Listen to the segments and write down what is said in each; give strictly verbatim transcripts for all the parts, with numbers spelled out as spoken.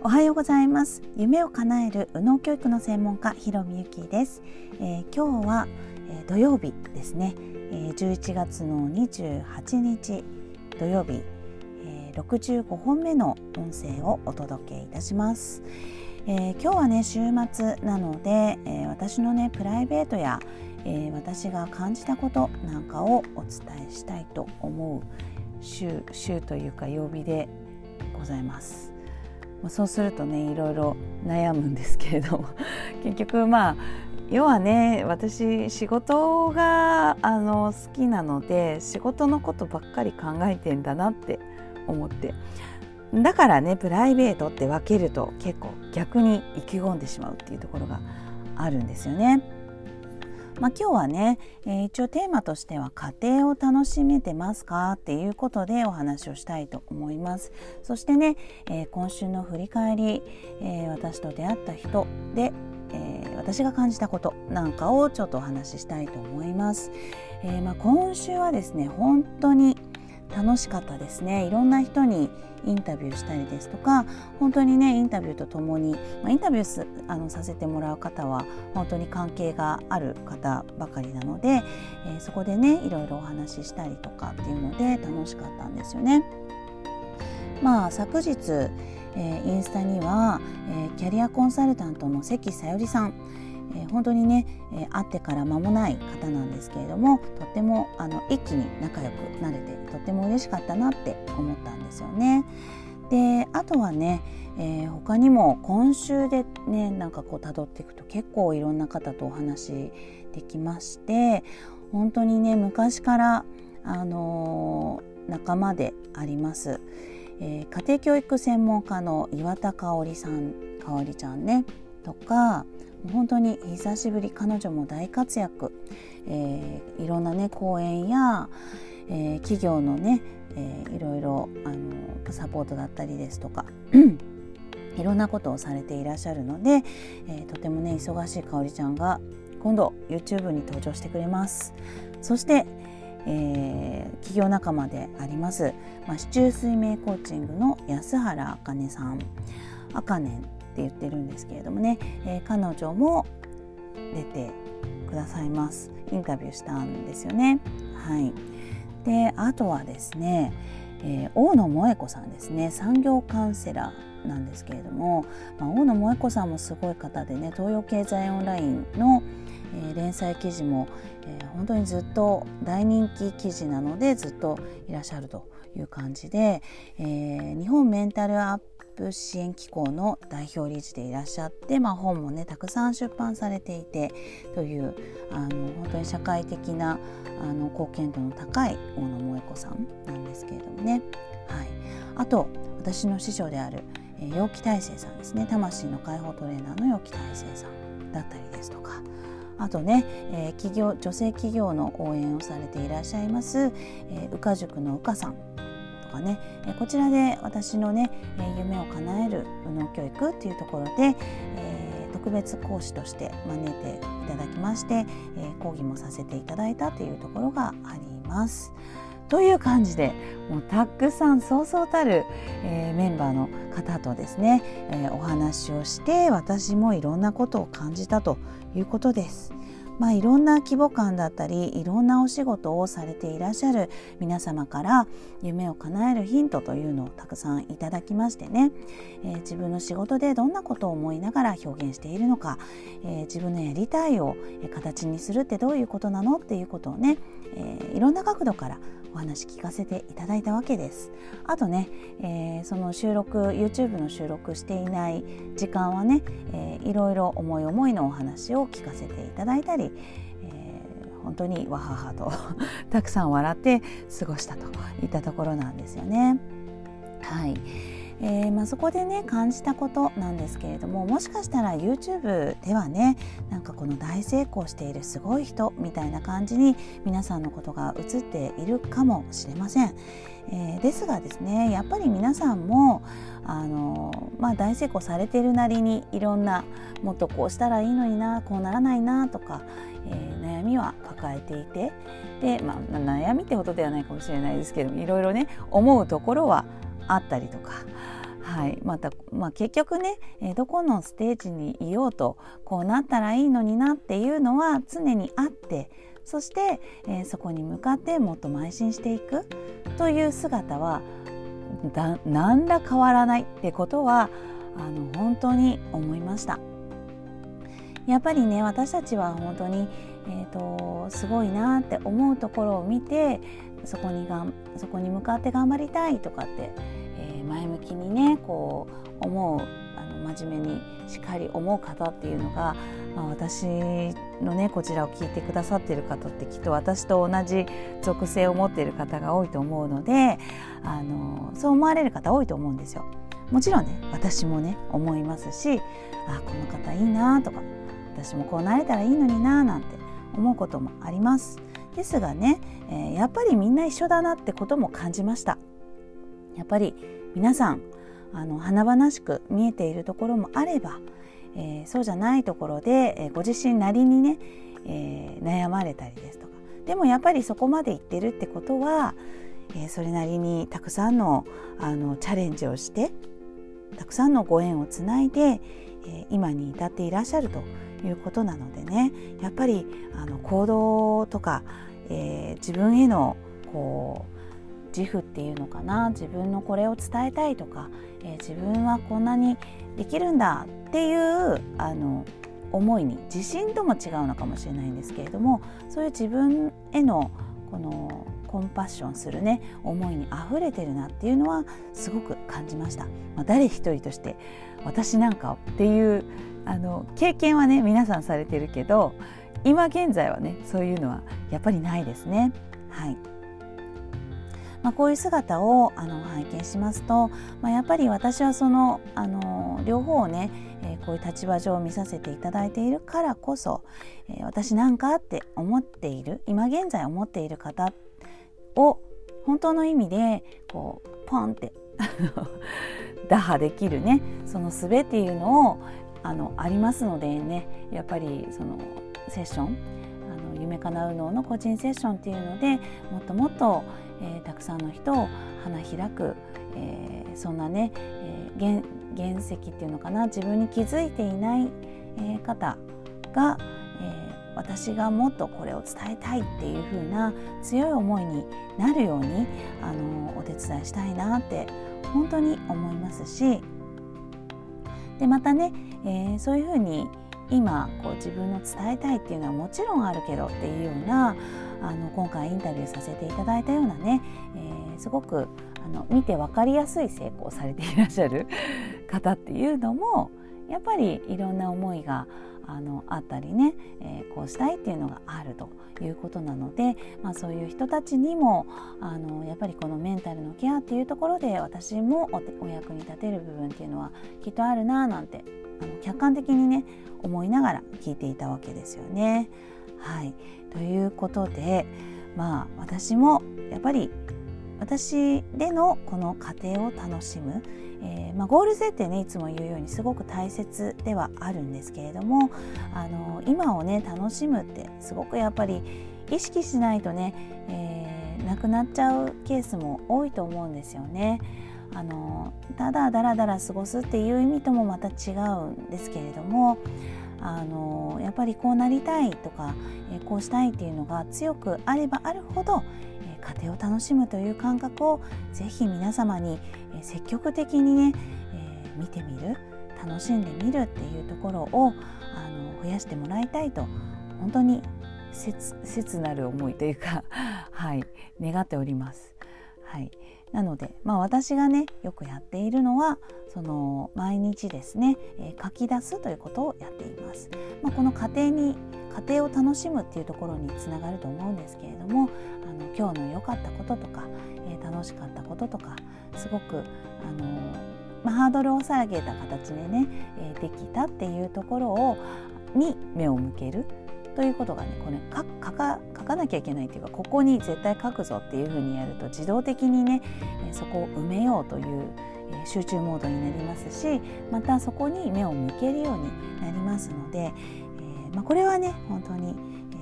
おはようございます。夢を叶える右脳教育の専門家、ひろみゆきです。えー、今日は、えー、土曜日ですね、えー、じゅういちがつのにじゅうはちにち土曜日、えー、ろくじゅうごほんめの音声をお届けいたします。えー、今日はね週末なので、えー、私のねプライベートや、えー、私が感じたことなんかをお伝えしたいと思う週、週というか曜日でございます。そうするとねいろいろ悩むんですけれども結局まあ要はね私仕事があの好きなので仕事のことばっかり考えてんだなって思って、だからねプライベートって分けると結構逆に意気込んでしまうっていうところがあるんですよね。まあ、今日はね、えー、一応テーマとしては家庭を楽しめてますかっていうことでお話をしたいと思います。そしてね、えー、今週の振り返り、えー、私と出会った人で、えー、私が感じたことなんかをちょっとお話ししたいと思います。えーまあ、今週はですね本当に楽しかったですね。いろんな人にインタビューしたりですとか、本当にねインタビューとともに、まあ、インタビューすあのさせてもらう方は本当に関係がある方ばかりなので、えー、そこでねいろいろお話ししたりとかっていうので楽しかったんですよね。まあ昨日、えー、インスタには、えー、キャリアコンサルタントの関さよりさん、えー、本当にね、えー、会ってから間もない方なんですけれども、とってもあの一気に仲良くなれてとっても嬉しかったなって思ったんですよね。であとはね、えー、他にも今週でねなんかこう辿っていくと結構いろんな方とお話できまして、本当にね昔からあのー、仲間であります、えー、家庭教育専門家の岩田香織さん、香織ちゃんねとか、本当に久しぶり、彼女も大活躍、えー、いろんなね講演や、えー、企業のね、えー、いろいろあのサポートだったりですとかいろんなことをされていらっしゃるので、えー、とてもね忙しいかおりちゃんが今度 YouTube に登場してくれます。そして、えー、企業仲間であります、まあ、市中水明コーチングの安原あかねさん、あかねんって言ってるんですけれどもね、えー、彼女も出てくださいます。インタビューしたんですよね。はい。であとはですね、えー、大野萌子さんですね、産業カウンセラーなんですけれども、まあ、大野萌子さんもすごい方でね、東洋経済オンラインの、えー、連載記事も、えー、本当にずっと大人気記事なのでずっといらっしゃるという感じで、えー、日本メンタルアップ支援機構の代表理事でいらっしゃって、まあ、本もねたくさん出版されていてというあの本当に社会的なあの貢献度の高い大野萌子さんなんですけれどもね、はい、あと私の師匠である、えー、陽気大成さんですね、魂の解放トレーナーの陽気大成さんだったりですとか、あとね、えー、企業女性企業の応援をされていらっしゃいます、えー、宇賀塾の宇賀さんとかね、えー、こちらで私のね、えー、夢を叶える右脳教育っていうところで、えー、特別講師として招いていただきまして、えー、講義もさせていただいたというところがあります。という感じでもうたくさんそうそうたる、えー、メンバーの方とですね、えー、お話をして、私もいろんなことを感じたということです。まあ、いろんな規模感だったりいろんなお仕事をされていらっしゃる皆様から夢を叶えるヒントというのをたくさんいただきましてね、えー、自分の仕事でどんなことを思いながら表現しているのか、えー、自分のやりたいを形にするってどういうことなのっていうことをね、えー、いろんな角度からお話聞かせていただいたわけです。あとね、えー、その収録 YouTube の収録していない時間はね、えー、いろいろ思い思いのお話を聞かせていただいたり、えー、本当にわははとたくさん笑って過ごしたといったところなんですよね。はい。えーまあ、そこでね感じたことなんですけれども、もしかしたら YouTube ではねなんかこの大成功しているすごい人みたいな感じに皆さんのことが映っているかもしれません。えー、ですがですね、やっぱり皆さんもあの、まあ、大成功されているなりにいろんなもっとこうしたらいいのにな、こうならないなとか、えー、悩みは抱えていて、で、まあ、悩みってほどではないかもしれないですけども、いろいろね思うところはあったりとか、 はい、また、まあ、結局ね、えー、どこのステージにいようとこうなったらいいのになっていうのは常にあって、そして、えー、そこに向かってもっと邁進していくという姿はだ何ら変わらないってことはあの本当に思いました。やっぱりね、私たちは本当に、えーと、すごいなって思うところを見て、そこにがんそこに向かって頑張りたいとかって、えー、前向きにねこう思う、あの真面目にしっかり思う方っていうのが、まあ、私のねこちらを聞いてくださっている方ってきっと私と同じ属性を持っている方が多いと思うので、あのそう思われる方多いと思うんですよ。もちろんね私もね思いますし、あこの方いいなとか、私もこうなれたらいいのにななんて思うこともあります。ですがね、えー、やっぱりみんな一緒だなってことも感じました。やっぱり皆さんあの華々しく見えているところもあれば、えー、そうじゃないところで、えー、ご自身なりにね、えー、悩まれたりですとか、でもやっぱりそこまで行ってるってことは、えー、それなりにたくさんの、あのチャレンジをしてたくさんのご縁をつないで、えー、今に至っていらっしゃるということなのでね、やっぱりあの行動とか、えー、自分へのこう自負っていうのかな、自分のこれを伝えたいとか、えー、自分はこんなにできるんだっていうあの思いに、自信とも違うのかもしれないんですけれども、そういう自分へのこのコンパッションするね思いにあふれてるなっていうのはすごく感じました。まあ、誰一人として私なんかっていうあの経験はね皆さんされてるけど、今現在はねそういうのはやっぱりないですね。はい。まあ、こういう姿をあの拝見しますと、まあ、やっぱり私はそのあの両方をね、えー、こういう立場上見させていただいているからこそ、えー、私なんかって思っている、今現在思っている方を本当の意味でこうポンって打破できるね、その術っていうのをあのありますのでね、やっぱりそのセッション、あの夢かなう脳の個人セッションっていうのでもっともっと、えー、たくさんの人を花開く、えー、そんなね、えー、原, 原石っていうのかな、自分に気づいていない、えー、方が、えー、私がもっとこれを伝えたいっていう風な強い思いになるようにあのお手伝いしたいなって本当に思いますし、でまたね、えー、そういう風に今こう自分の伝えたいっていうのはもちろんあるけどっていうような、あの今回インタビューさせていただいたようなね、えー、すごくあの見て分かりやすい成功されていらっしゃる方っていうのもやっぱりいろんな思いがあのあったりね、えー、こうしたいっていうのがあるということなので、まあ、そういう人たちにもあのやっぱりこのメンタルのケアっていうところで私も お, お役に立てる部分っていうのはきっとあるななんてあの客観的にね思いながら聞いていたわけですよね。はい、ということで、まあ私もやっぱり私でのこの過程を楽しむ、えーまあ、ゴール設定ねいつも言うようにすごく大切ではあるんですけれども、あの今をね楽しむってすごくやっぱり意識しないとね、えー、なくなっちゃうケースも多いと思うんですよね。あのただだらだら過ごすっていう意味ともまた違うんですけれども、あのやっぱりこうなりたいとか、えー、こうしたいっていうのが強くあればあるほど、えー、家庭を楽しむという感覚をぜひ皆様に、えー、積極的にね、えー、見てみる、楽しんでみるっていうところをあの増やしてもらいたいと本当に切, 切なる思いというかはい願っております。はい、なので、まあ、私がねよくやっているのはその毎日ですね、えー、書き出すということをやっています。まあ、この家庭に家庭を楽しむっていうところにつながると思うんですけれども、あの今日の良かったこととか、えー、楽しかったこととかすごくあの、まあ、ハードルを下げた形でね、えー、できたっていうところをに目を向けるということがね、これ書か、書かなきゃいけないというか、ここに絶対書くぞっていうふうにやると自動的にねそこを埋めようという集中モードになりますし、またそこに目を向けるようになりますので、えーまあ、これはね本当に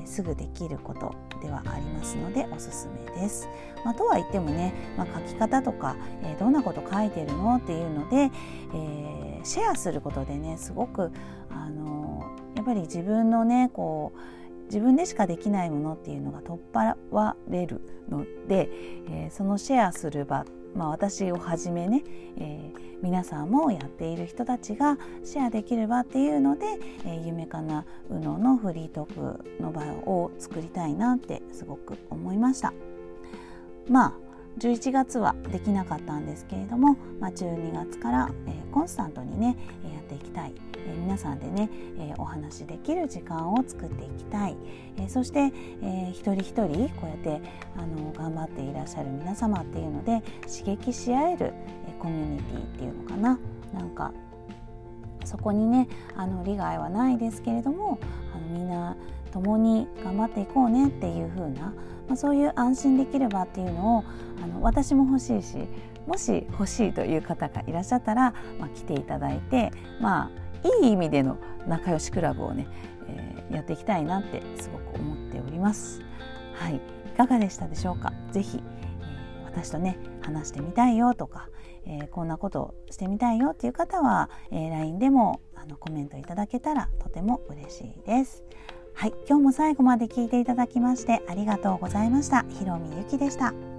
ー、すぐできることではありますのでおすすめです。まあ、とは言ってもね、まあ、書き方とか、えー、どんなこと書いてるのっていうので、えー、シェアすることでねすごくあのー、やっぱり自分のねこう自分でしかできないものっていうのが取っ払われるので、えー、そのシェアする場、まあ、私をはじめね、えー、皆さんもやっている人たちがシェアできる場っていうので、えー、夢かなうののフリートークの場を作りたいなってすごく思いました。まあじゅういちがつはできなかったんですけれども、まあ、じゅうにがつから、えー、コンスタントにねやっていきたい、えー、皆さんでね、えー、お話できる時間を作っていきたい、えー、そして、えー、一人一人こうやってあの頑張っていらっしゃる皆様っていうので刺激し合える、えー、コミュニティっていうのかな、なんかそこにねあの利害はないですけれども、あのみんな共に頑張っていこうねっていう風な、まあ、そういう安心できる場っていうのをあの私も欲しいし、もし欲しいという方がいらっしゃったら、まあ、来ていただいて、まあいい意味での仲良しクラブをね、えー、やっていきたいなってすごく思っております。はい、いかがでしたでしょうか。ぜひ、えー、私とね話してみたいよとか、えー、こんなことをしてみたいよっていう方は、えー、ライン でもあのコメントいただけたらとても嬉しいです。はい、今日も最後まで聞いていただきましてありがとうございました。ひろみゆきでした。